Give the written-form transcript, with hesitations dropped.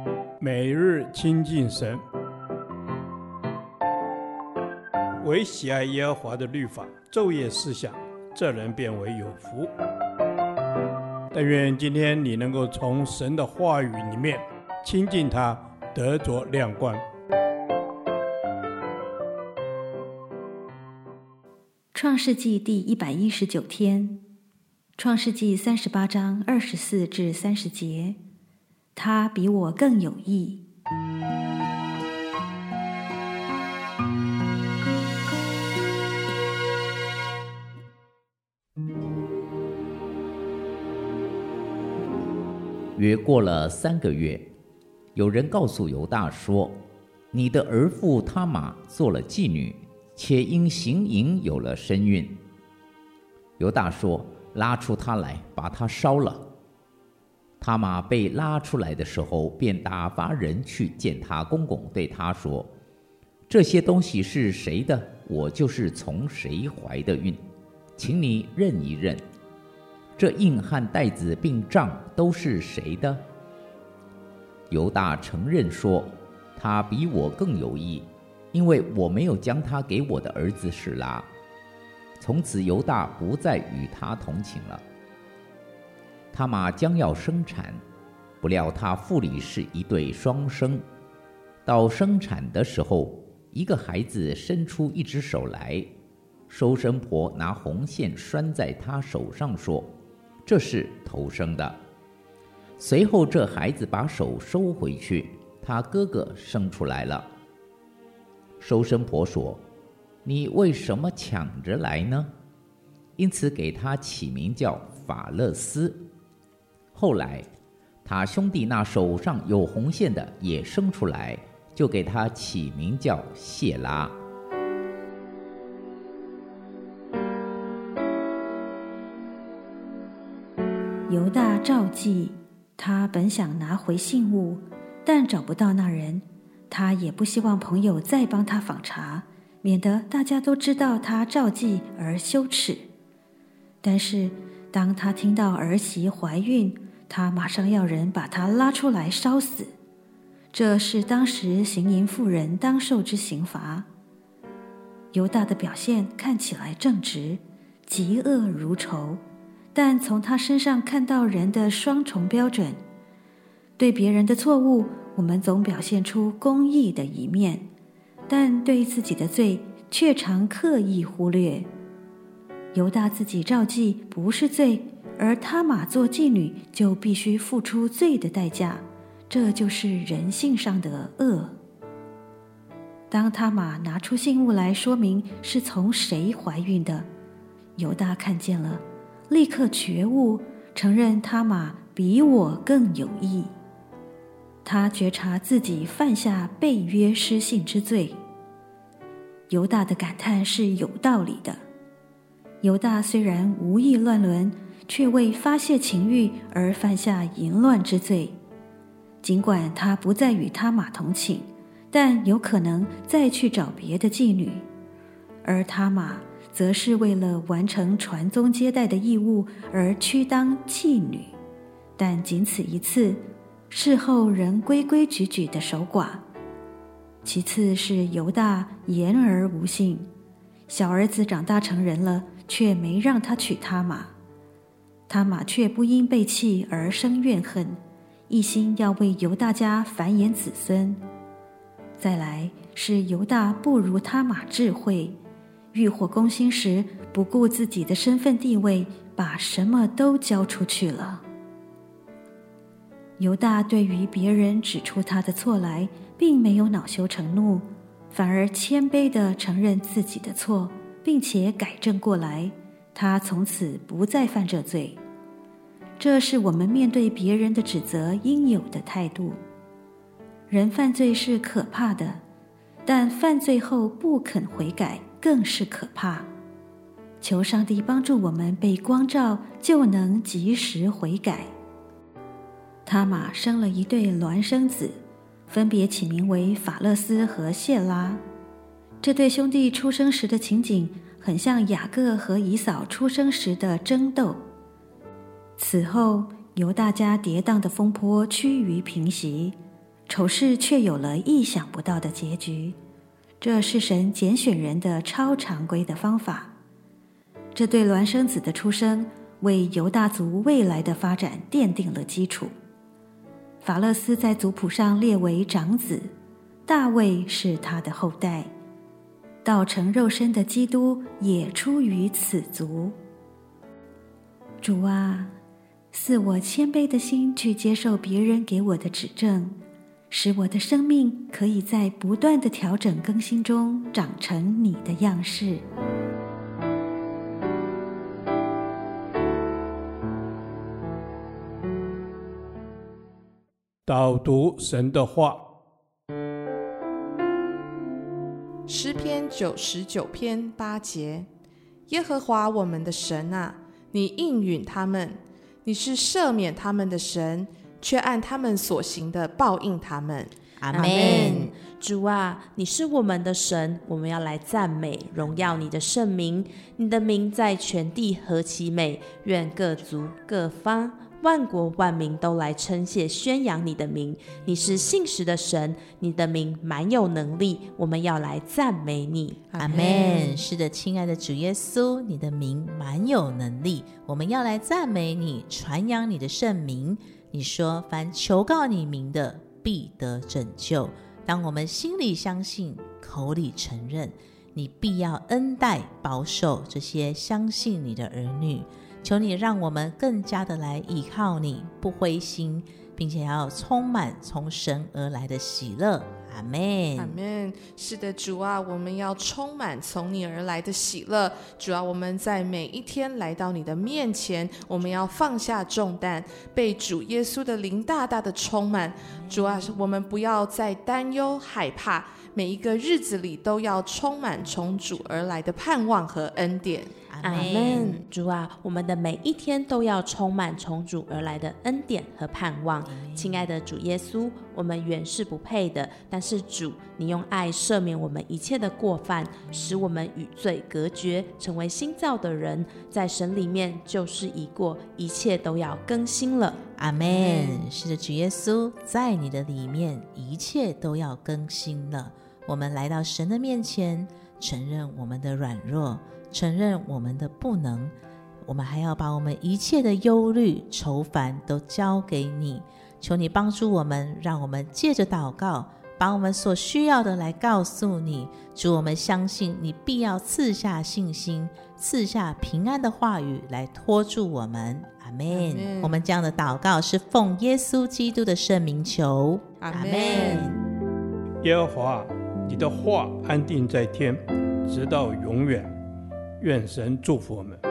每日亲近神，唯喜爱耶和华的律法，昼夜思想，这人变为有福。但愿今天你能够从神的话语里面亲近他，得着亮光。 创世纪第119天，创世纪38章24至30节，他比我更有益。 约过了3个月，有人告诉犹大说，你的儿妇他玛做了妓女，且因行淫有了身孕。犹大说，拉出她来，把她烧了。他玛被拉出来的时候，便打发人去见他公公，对他说，这些东西是谁的，我就是从谁怀的孕，请你认一认。这印和带子并杖都是谁的？犹大承认说，他比我更有益，因为我没有将他给我的儿子示拉。从此犹大不再与他同寝了。他玛将要生产，不料他腹里是一对双生。到生产的时候，一个孩子伸出一只手来，收生婆拿红线拴在他手上，说，这是头生的。随后这孩子把手收回去，他哥哥生出来了。收生婆说，你为什么抢着来呢？因此给他起名叫法勒斯。后来他兄弟那手上有红线的也生出来，就给他起名叫谢拉。 犹大召妓，他本想拿回信物，但找不到那人，他也不希望朋友再帮他访查，免得大家都知道他召妓而羞耻。但是当他听到儿媳怀孕，他马上要人把她拉出来烧死。这是当时行淫妇人当受之刑罚。犹大的表现看起来正直，嫉恶如仇，但从他身上看到人的双重标准。对别人的错误，我们总表现出公义的一面，但对自己的罪却常刻意忽略。犹大自己召妓不是罪，而他玛做妓女就必须付出罪的代价，这就是人性上的恶。当他玛拿出信物来说明是从谁怀孕的，犹大看见了，立刻觉悟，承认他玛比我更有益。他觉察自己犯下背约失信之罪。犹大的感叹是有道理的。犹大虽然无意乱伦，却为发泄情欲而犯下淫乱之罪。尽管他不再与他玛同寝，但有可能再去找别的妓女，而他玛则是为了完成传宗接代的义务而屈当妓女，但仅此一次，事后仍规规矩矩的守寡。其次是犹大言而无信，小儿子长大成人了，却没让他娶他玛，他玛却不因被弃而生怨恨，一心要为犹大家繁衍子孙。再来是犹大不如他玛智慧，欲火攻心时不顾自己的身份地位，把什么都交出去了。犹大对于别人指出他的错来，并没有恼羞成怒，反而谦卑地承认自己的错，并且改正过来，他从此不再犯这罪。这是我们面对别人的指责应有的态度。人犯罪是可怕的，但犯罪后不肯悔改更是可怕。求上帝帮助我们被光照，就能及时悔改。他玛生了一对孪生子，分别起名为法勒斯和谢拉。这对兄弟出生时的情景很像雅各和以扫出生时的争斗。此后犹大家跌宕的风波趋于平息， 丑事却有了意想不到的结局。这是神拣选人的超常规的方法。这对孪生子的出生为犹大族未来的发展奠定了基础。法勒斯在族谱上列为长子，大卫是他的后代，道成肉身的基督也出于此族。主啊，赐我谦卑的心去接受别人给我的指正，使我的生命可以在不断的调整更新中长成你的样式。 导读神的话。 诗篇99篇8节，耶和华我们的神啊，你应允他们，你是赦免他们的神，却按他们所行的报应他们。 阿们。主啊，你是我们的神，我们要来赞美荣耀你的圣名。你的名在全地何其美，愿各族各方万国万民都来称谢宣扬你的名。你是信实的神，你的名满有能力，我们要来赞美你。 阿们。是的，亲爱的主耶稣，你的名满有能力，我们要来赞美你，传扬你的圣名。你说凡求告你名的必得拯救。当我们心里相信，口里承认，你必要恩待保守这些相信你的儿女。求你让我们更加的来依靠你，不灰心，并且要充满从神而来的喜乐。阿们。 阿们。是的，主啊，我们要充满从你而来的喜乐。主啊，我们在每一天来到你的面前，我们要放下重担，被主耶稣的灵大大的充满。主啊，我们不要再担忧害怕，每一个日子里都要充满从主而来的盼望和恩典。 阿们。主啊，我们的每一天都要充满从主而来的恩典和盼望。亲爱的主耶稣，我们原是不配的，但是主，你用爱赦免我们一切的过犯，使我们与罪隔绝，成为新造的人，在神里面旧事已过，一切都要更新了。 阿们。是的，主耶稣，在你的里面一切都要更新了。我们来到神的面前，承认我们的软弱，承认我们的不能，我们还要把我们一切的忧虑愁烦都交给你。求你帮助我们，让我们借着祷告把我们所需要的来告诉你。主，我们相信你必要赐下信心，赐下平安的话语来托住我们。阿们。我们这样的祷告是奉耶稣基督的圣名求。 阿们。 耶和华，你的话安定在天，直到永远。愿神祝福我们。